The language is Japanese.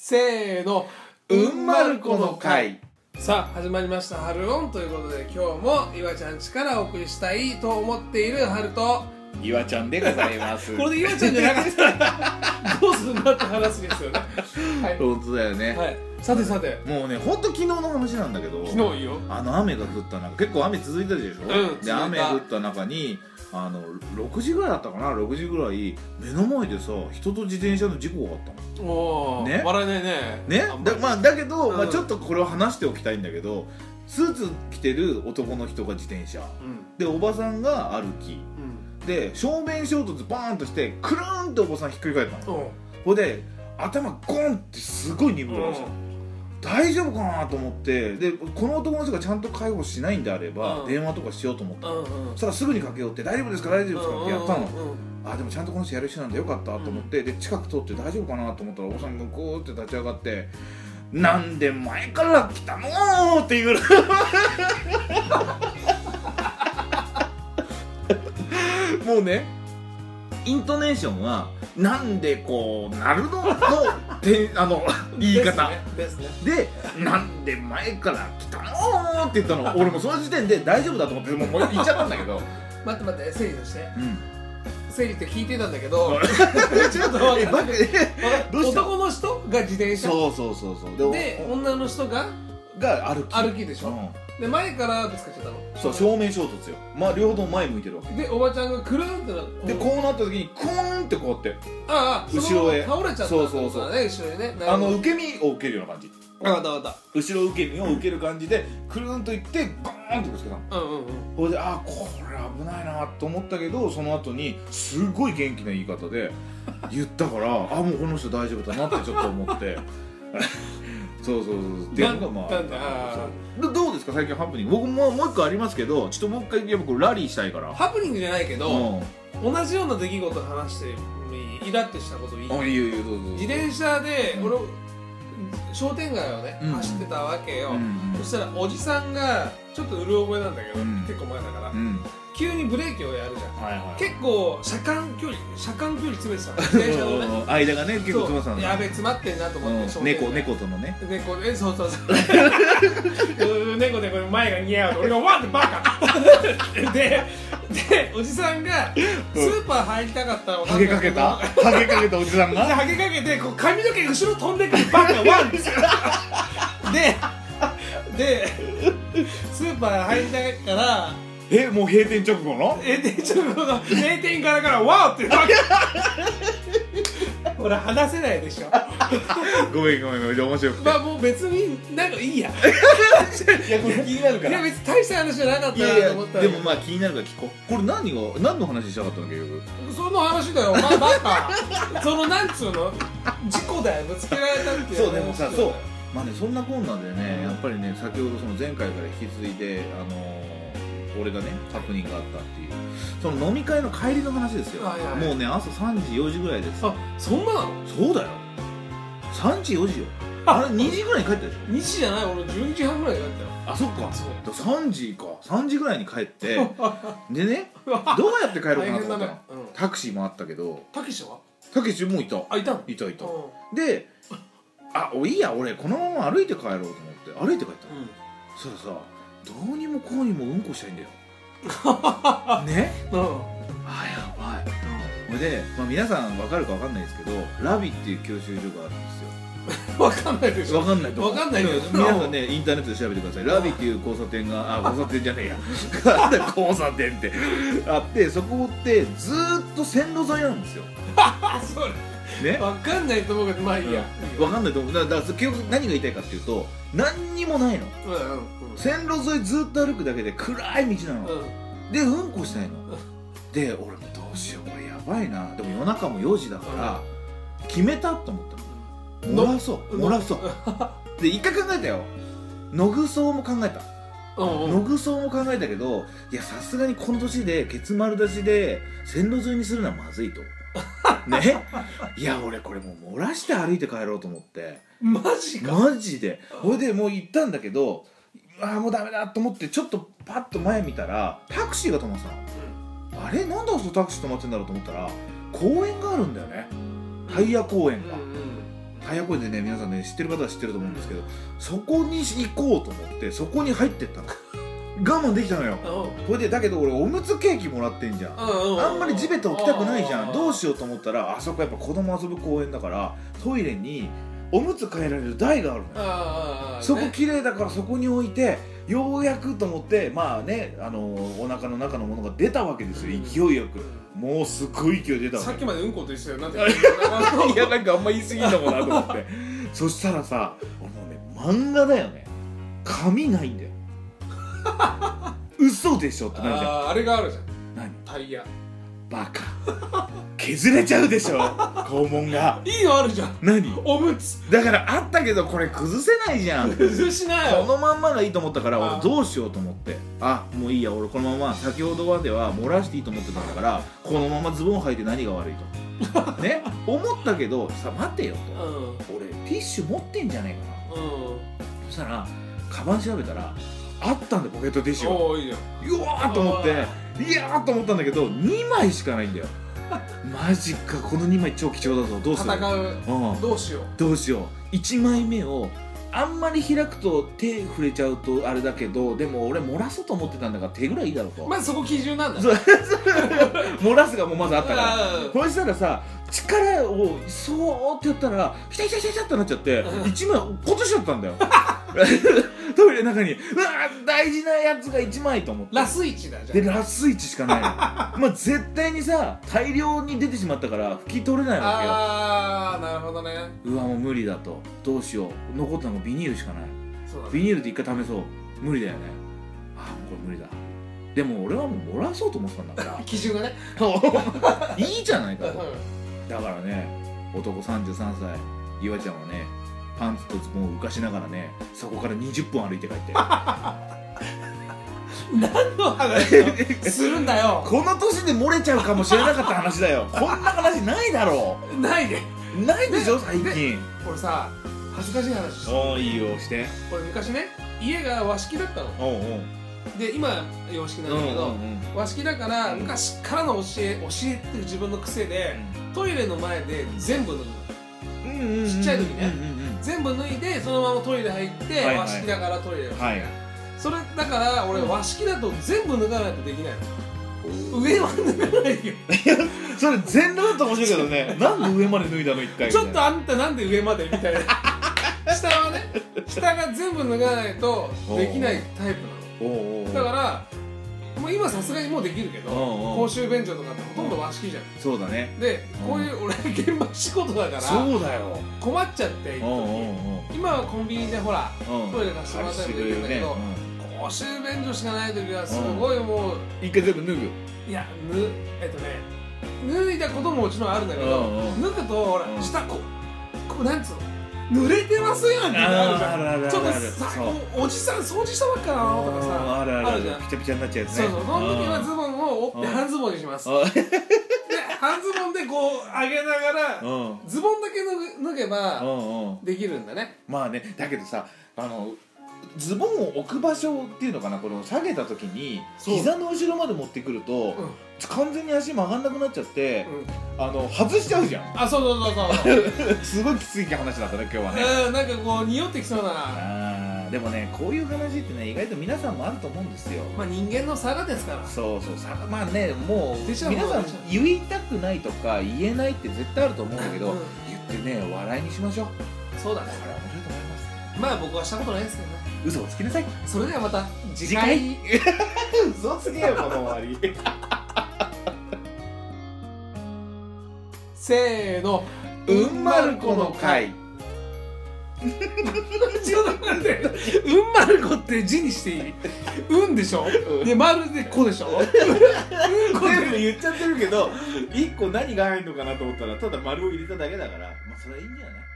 せーの、 うんまる子の会。 さあ始まりました春オンということで、今日も岩ちゃんちからお送りしたいと思っている春と岩ちゃんでございますこれで岩ちゃんじゃなかったらどうするんだって話ですよね。はい、 本当だよね、 はい、さてさて、 もうね、ほんと昨日の話なんだけど、 昨日いいよ、 雨が降った中、結構雨続いたでしょ、で雨降った中に6時ぐらいだったかな、6時ぐらい目の前でさ、人と自転車の事故があったの。 おー、ね、笑えないね。 だけど、ちょっとこれを話しておきたいんだけど、スーツ着てる男の人が自転車、でおばさんが歩き、で正面衝突バーンとしてクルーンっておばさんひっくり返ったの。ほいで頭ゴンってすごい鈍らしたの。大丈夫かなと思って、でこの男の人がちゃんと介護しないんであれば、電話とかしようと思ったの。そしたらすぐに駆け寄って大丈夫ですか大丈夫ですかってやったの。でもちゃんとこの人やる人なんでよかったと思って、で近く通って大丈夫かなと思ったら、おばさんがこうって立ち上がって、なんで前から来たのーって言うもうね、イントネーションはなんでこうなるのの言い方ですね。で、なんで前から来たのーって言ったの。俺もその時点で大丈夫だと思ってもう言っちゃったんだけど待って整理として、整理って聞いてたんだけどちょっと待って男の人が自転車、そうで女の人が歩きでしょ、で前からぶつかっちゃったの。 そう正面衝突よ。両方とも前向いてるわけで、おばちゃんがくるんってなって、 でこうなった時にクーンってこうやって後ろへ倒れちゃった。そう後ろにね、 受け身を受けるような感じ。 分かった後ろ受け身を受ける感じでくるんといってバーンってぶつけたの。ほいでこれ危ないなと思ったけど、その後にすごい元気な言い方で言ったからもうこの人大丈夫だなってちょっと思ってそうっていうのがどうですか最近ハプニング。僕もう一個ありますけど、ちょっともう一回僕ラリーしたいから。 ハプニングじゃないけど、同じような出来事を話してイラッとしたこといい？ いいよどうぞ。 自転車で俺商店街をね走ってたわけよ。そしたらおじさんがちょっとうる覚えなんだけど、結構前だから急にブレーキをやるじゃん。結構車間距離詰めてたの、自転車のね間がね結構詰まってたの。 やべ詰まってんなと思って、 猫とのね、 猫でそう猫でこれ前が似合うと俺がワンってバカでおじさんがスーパー入りたかったの。 ハゲかけたおじさんがハゲかけてこう髪の毛後ろ飛んでくるバカワンですよでスーパー入りたいからもう閉店直後の閉店からワーって言うわけ俺話せないでしょごめん面白くて、 もう別になんかいいやいやこれ気になるから。 いや別に大した話じゃなかったなと思ったら、 でも気になるから聞こう。これ何の話したかったの結局。 その話だよバカそのなんつうの事故だよ、ぶつけられたっていう。 そうでもさ、そんなこんなでね、やっぱりね、先ほどその前回から引き継いで俺がねハプニングがあったっていうその飲み会の帰りの話ですよ。もうね朝3時4時ぐらいです。 そんななの？ そうだよ、3時4時よ。あれ2時ぐらいに帰ったでしょ。 2時じゃない、俺12時半ぐらいに帰ったよ。 そっか、3時ぐらいに帰ってでね、どうやって帰ろうかなと思ったの。タクシーもあったけど。 たけしは？ たけしもいた。いたで、いいや、俺このまま歩いて帰ろうと思って歩いて帰ったの。そしたらさ、どうにもこうにもうんこしたいんだよね。やばい。それで、皆さん分かるか分かんないですけど、ラビっていう教習所があるんですよ。 分かんないでしょ。 分かんないと分かんないけど、 皆さんねインターネットで調べてください。ラビっていう交差点が交差点じゃねえや交差点ってあって、そこってずーっと線路沿いなんですよそれね、 分かんないと思うけど、いいや、 分かんないと思う。だから結局何が言いたいかっていうと、何にもないの。線路沿いずっと歩くだけで暗い道なの。でうんこしたいの。で俺もどうしよう、これやばいな。でも夜中も4時だから決めたと思ったの。漏らそうで一回考えたよ。野ぐそうも考えたけど、いやさすがにこの年でケツ丸出しで線路沿いにするのはまずいとね。いや俺これもう漏らして歩いて帰ろうと思って。マジでそれでもう行ったんだけど、もうダメだと思ってちょっとパッと前見たらタクシーが止まってたの。あれなんでタクシー止まってんだろうと思ったら、公園があるんだよね。タイヤ公園が、タタイヤ公園でね皆さんね知ってる方は知ってると思うんですけど、そこに行こうと思ってそこに入ってったの。我慢できたのよ。これでだけど俺おむつケーキもらってんじゃん。あんまり地べた置きたくないじゃん。どうしようと思ったらあそこやっぱ子供遊ぶ公園だからトイレにおむつ変えられる台があるのよ。そこ綺麗だからそこに置いてようやくと思ってまあねお腹の中のものが出たわけですよ、勢いよく。もうすっごい勢い出たわけ。 さっきまでうんこと一緒よ。なんでいやなんかあんま言い過ぎんのかなと思ってそしたらさもうね漫画だよね。紙ないんだよ嘘でしょってなるじゃん。 あれがあるじゃん。 何？ タイヤ。 バカ削れちゃうでしょ肛門が。 いいのあるじゃん。 何？ おむつだからあったけどこれ崩せないじゃん。 崩しなよ。 このまんまがいいと思ったから俺どうしようと思って、もういいや俺このまま先ほどまでは漏らしていいと思ってたんだからこのままズボン履いて何が悪いとね思ったけどさ待てよと、俺ティッシュ持ってんじゃねえかな。そしたらカバン調べたらあったんだよポケットティッシュが。 おーいいよ。 うわーと思っていやーと思ったんだけど2枚しかないんだよマジかこの2枚超貴重だぞどうする。 戦う、どうしようどうしよう。1枚目をあんまり開くと手触れちゃうとあれだけどでも俺漏らそうと思ってたんだから手ぐらいいいだろうと。 まずそこ基準なんだ。 漏らすがもうまずあったからそしたらさ力をそうってやったらひたひたひたひたってなっちゃって1枚落としちゃったんだよトイレの中にうわ大事なやつが1枚と思ってラス1だじゃん。 でラス1しかないのまあ絶対にさ大量に出てしまったから拭き取れないわけよ。 ああなるほどね。 うわもう無理だとどうしよう残ったのがビニールしかない。 そうだね、 ビニールで一回試そう無理だよね。もうこれ無理だ。でも俺はもう漏らそうと思ってたんだから基準がねいいじゃないかとだからね男33歳岩ちゃんはねパンツとズボンを浮かしながらねそこから20分歩いて帰って何の話するんだよこの年で漏れちゃうかもしれなかった話だよこんな話ないだろうないでしょ最近。 これさ恥ずかしい話して。 いいよして。 これ昔ね家が和式だったの。で今洋式なんだけど、和式だから昔からの教えってる自分の癖で、トイレの前で全部脱ぐの。ちっちゃい時ね全部脱いでそのままトイレ入って和式だからトイレをして、それだから俺和式だと全部脱がないとできないの。上は脱がないよそれ全裸だと面白いけどねなんで上まで脱いだの一回ちょっとあんたなんで上までみたいな下はね下が全部脱がないとできないタイプなの。だからもう今さすがにもうできるけど公衆便所とかってほとんど和式じゃん。 そうだね。 でこういう俺現場仕事だからそうだよ困っちゃって今はコンビニでほらトイレ貸してもらったりもできるんだけど公衆便所しかない時はすごいもう一回全部脱ぐ。 いや脱いだことももちろんあるんだけど脱ぐとほら下こうなんつうの濡れてますやんってなるじゃん。ちょっとさおじさん掃除したばっかなのとかさあるじゃん。 ピチャピチャになっちゃうやつね。 そうその時はズボンを折って半ズボンにします。で半ズボンでこう上げながらズボンだけ脱げばできるんだね。 まあねだけどさズボンを置く場所っていうのかなこの下げた時に膝の後ろまで持ってくると完全に足曲がんなくなっちゃって外しちゃうじゃん。 そうすごいきつい話だったね今日はね。 なんかこう匂ってきそうな。 でもねこういう話ってね意外と皆さんもあると思うんですよ。 まあ人間の差がですから。 そうまあねもう皆さん言いたくないとか言えないって絶対あると思うんだけど言ってね笑いにしましょう。 そうだね。 これ面白いと思います。 まあ僕はしたことないですけどね。 嘘をつきなさい。 それではまた次回嘘つけよこの終わりせーのうんまる子の会ちょっと待ってうんまる子って字にしていいうんでしょでまるで子でしょうんこ全部言っちゃってるけど一個何が入るのかなと思ったらただ丸を入れただけだからまあそれはいいんじゃない。